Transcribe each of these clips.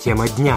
Тема дня.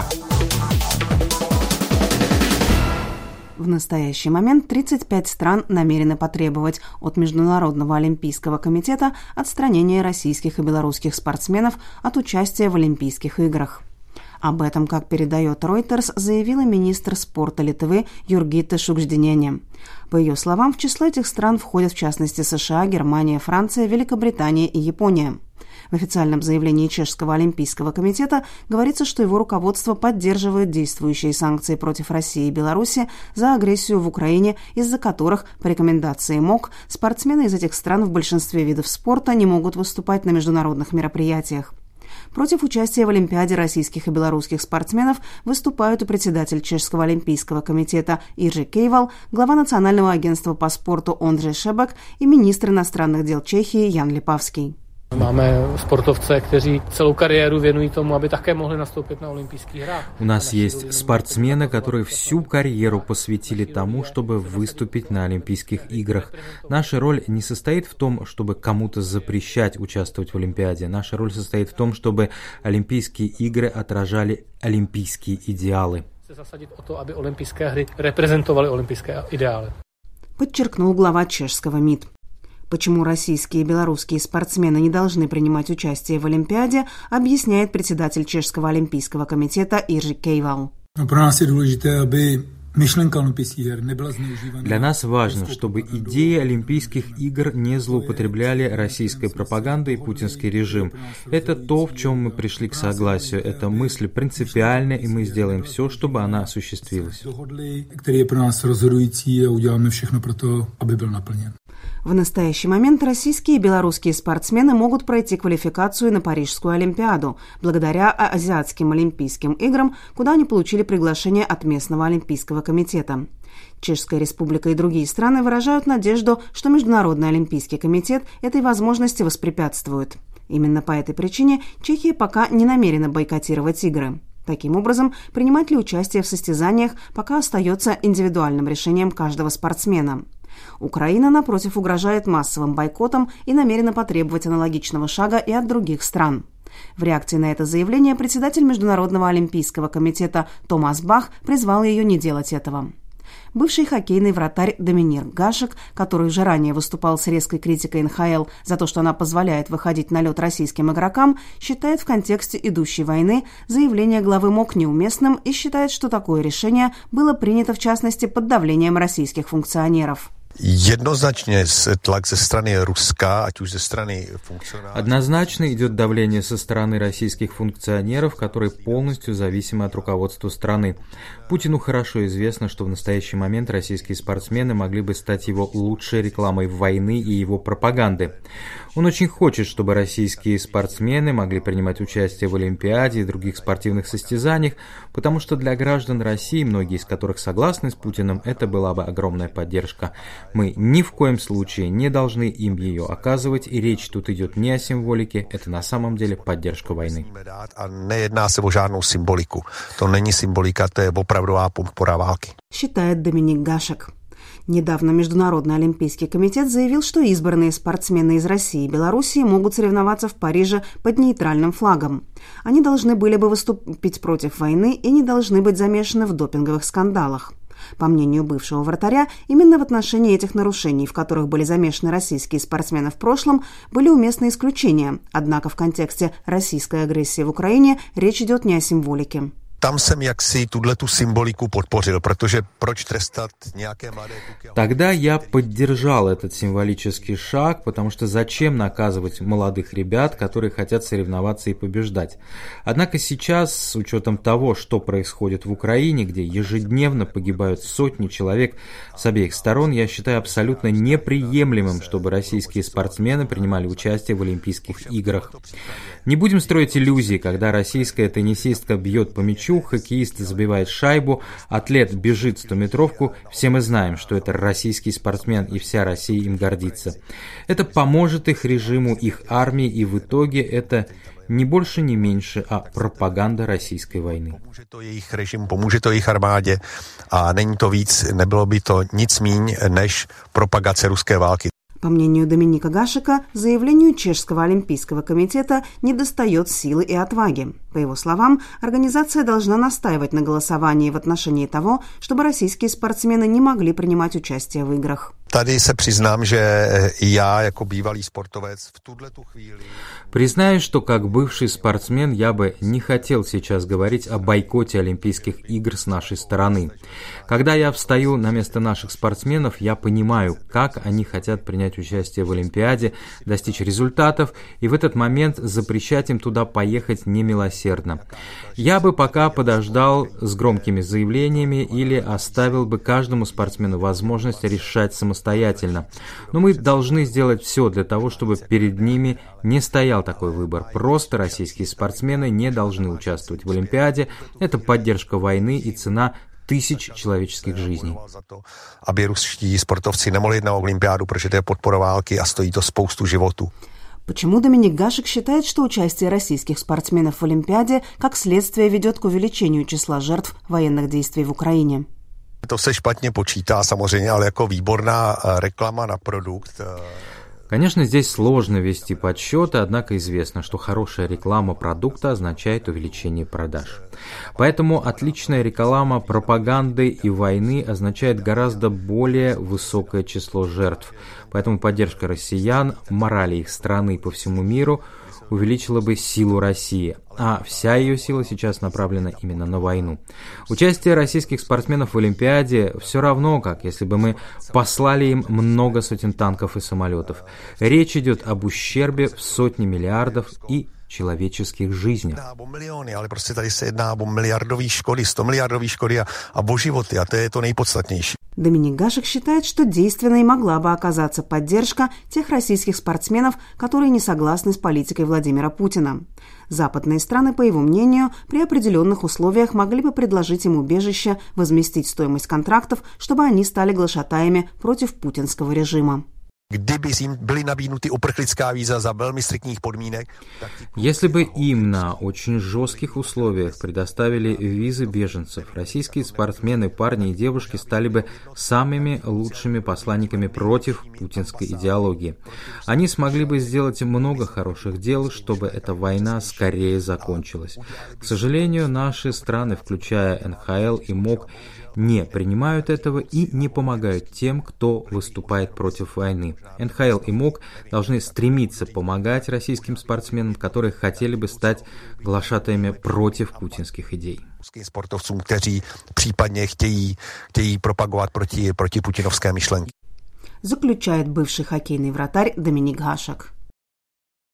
В настоящий момент 35 стран намерены потребовать от Международного олимпийского комитета отстранения российских и белорусских спортсменов от участия в Олимпийских играх. Об этом, как передает Reuters, заявила министр спорта Литвы Юргита Шукждинене. По ее словам, в число этих стран входят в частности США, Германия, Франция, Великобритания и Япония. В официальном заявлении Чешского олимпийского комитета говорится, что его руководство поддерживает действующие санкции против России и Беларуси за агрессию в Украине, из-за которых, по рекомендации МОК, спортсмены из этих стран в большинстве видов спорта не могут выступать на международных мероприятиях. Против участия в Олимпиаде российских и белорусских спортсменов выступают и председатель Чешского олимпийского комитета Иржи Кейвал, глава Национального агентства по спорту Ондрей Шебек и министр иностранных дел Чехии Ян Липавский. У нас есть спортсмены, которые всю карьеру посвятили тому, чтобы выступить на Олимпийских играх. Наша роль не состоит в том, чтобы кому-то запрещать участвовать в Олимпиаде. Наша роль состоит в том, чтобы Олимпийские игры отражали олимпийские идеалы. Подчеркнул глава чешского МИД. Почему российские и белорусские спортсмены не должны принимать участие в Олимпиаде, объясняет председатель Чешского олимпийского комитета Иржи Кейвал. Для нас важно, чтобы идеи Олимпийских игр не злоупотребляли российской пропагандой и путинский режим. Это то, в чем мы пришли к согласию. Эта мысль принципиальна, и мы сделаем все, чтобы она осуществилась. В настоящий момент российские и белорусские спортсмены могут пройти квалификацию на Парижскую Олимпиаду благодаря Азиатским Олимпийским играм, куда они получили приглашение от местного Олимпийского комитета. Чешская республика и другие страны выражают надежду, что Международный Олимпийский комитет этой возможности воспрепятствует. Именно по этой причине Чехия пока не намерена бойкотировать игры. Таким образом, принимать ли участие в состязаниях пока остается индивидуальным решением каждого спортсмена. Украина, напротив, угрожает массовым бойкотом и намерена потребовать аналогичного шага и от других стран. В реакции на это заявление председатель Международного олимпийского комитета Томас Бах призвал ее не делать этого. Бывший хоккейный вратарь Доминик Гашек, который уже ранее выступал с резкой критикой НХЛ за то, что она позволяет выходить на лед российским игрокам, считает в контексте идущей войны заявление главы МОК неуместным и считает, что такое решение было принято в частности под давлением российских функционеров. Однозначно идет давление со стороны российских функционеров, которые полностью зависимы от руководства страны. Путину хорошо известно, что в настоящий момент российские спортсмены могли бы стать его лучшей рекламой войны и его пропаганды. Он очень хочет, чтобы российские спортсмены могли принимать участие в Олимпиаде и других спортивных состязаниях, потому что для граждан России, многие из которых согласны с Путиным, это была бы огромная поддержка. Мы ни в коем случае не должны им ее оказывать, и речь тут идет не о символике, это на самом деле поддержка войны. Считает Доминик Гашек. Недавно Международный олимпийский комитет заявил, что избранные спортсмены из России и Белоруссии могут соревноваться в Париже под нейтральным флагом. Они должны были бы выступить против войны и не должны быть замешаны в допинговых скандалах. По мнению бывшего вратаря, именно в отношении этих нарушений, в которых были замешаны российские спортсмены в прошлом, были уместны исключения. Однако в контексте российской агрессии в Украине речь идет не о символике. Tam jsem jaksi tuhletu symboliku podpořil, protože proč trestat nějaké mladé kluky? Тогда я поддержал этот символический шаг, потому что зачем наказывать молодых ребят, которые хотят соревноваться и побеждать? Однако сейчас, с учетом того, что происходит в Украине, где ежедневно погибают сотни человек с обеих сторон, я считаю абсолютно неприемлемым, чтобы российские спортсмены принимали участие в Олимпийских играх. Не будем строить иллюзий, когда российская теннисистка бьет по мячу, хоккеист забивает шайбу, атлет бежит 100-метровку, все мы знаем, что это российский спортсмен, и вся Россия им гордится. Это поможет их режиму, их армии, и в итоге это не больше, не меньше, а пропаганда российской войны. Pomůže to jejich režim, pomůže to jejich armádě a není to víc, nebylo by to nic míň než propagace ruské války. По мнению Доминика Гашека, заявлению Чешского олимпийского комитета недостает силы и отваги. По его словам, организация должна настаивать на голосовании в отношении того, чтобы российские спортсмены не могли принимать участие в играх. Tady se přiznám, že i já jako bývalý sportovec v tuto chvíli... Признаюсь, что как бывший спортсмен я бы не хотел сейчас говорить о бойкоте Олимпийских игр с нашей стороны. Когда я встаю на место наших спортсменов, я понимаю, как они хотят принять участие в Олимпиаде, достичь результатов, и в этот момент запрещать им туда поехать немилосердно. Я бы пока подождал с громкими заявлениями или оставил бы каждому спортсмену возможность решать самостоятельно. Но мы должны сделать все для того, чтобы перед ними не стоял такой выбор. Просто российские спортсмены не должны участвовать в Олимпиаде. Это поддержка войны и цена тысяч человеческих жизней. Aby ruští sportovci nemohli jít na olympiádu, protože to je podpora války a stojí to spoustu životů. Почему Доминик Гашек считает, что участие российских спортсменов в Олимпиаде как следствие ведет к увеличению числа жертв военных действий в Украине? To se špatně počítá samozřejmě, ale jako výborná reklama na produkt. Конечно, здесь сложно вести подсчеты, однако известно, что хорошая реклама продукта означает увеличение продаж. Поэтому отличная реклама пропаганды и войны означает гораздо более высокое число жертв. Поэтому поддержка россиян, морали их страны по всему миру увеличила бы силу России, а вся ее сила сейчас направлена именно на войну. Участие российских спортсменов в Олимпиаде все равно, как если бы мы послали им много сотен танков и самолетов. Речь идет об ущербе в сотни миллиардов и человеческих жизнях. Ale prostě tady se jedná o miliardové škody, 100 miliardové škody a o životy, a to je to nejpodstatnější. Доминик Гашек считает, что действенной могла бы оказаться поддержка тех российских спортсменов, которые не согласны с политикой Владимира Путина. Западные страны, по его мнению, при определенных условиях могли бы предложить им убежище, возместить стоимость контрактов, чтобы они стали глашатаями против путинского режима. Kdyby jim byly nabídnuty uprchlická víza za velmi striktních podmínek. Если бы им на очень жестких условиях предоставили визы беженцев, российские спортсмены, парни и девушки стали бы самыми лучшими посланниками против путинской идеологии. Они смогли бы сделать много хороших дел, чтобы эта война скорее закончилась. К сожалению, наши страны, включая НХЛ и МОК, не принимают этого и не помогают тем, кто выступает против войны. НХЛ и МОК должны стремиться помогать российским спортсменам, которые хотели бы стать глашатаями против путинских идей. Sportovcům, kteří případně chtějí propagovat proti putinovské myšlenky. Заключает бывший хоккейный вратарь Доминик Гашек.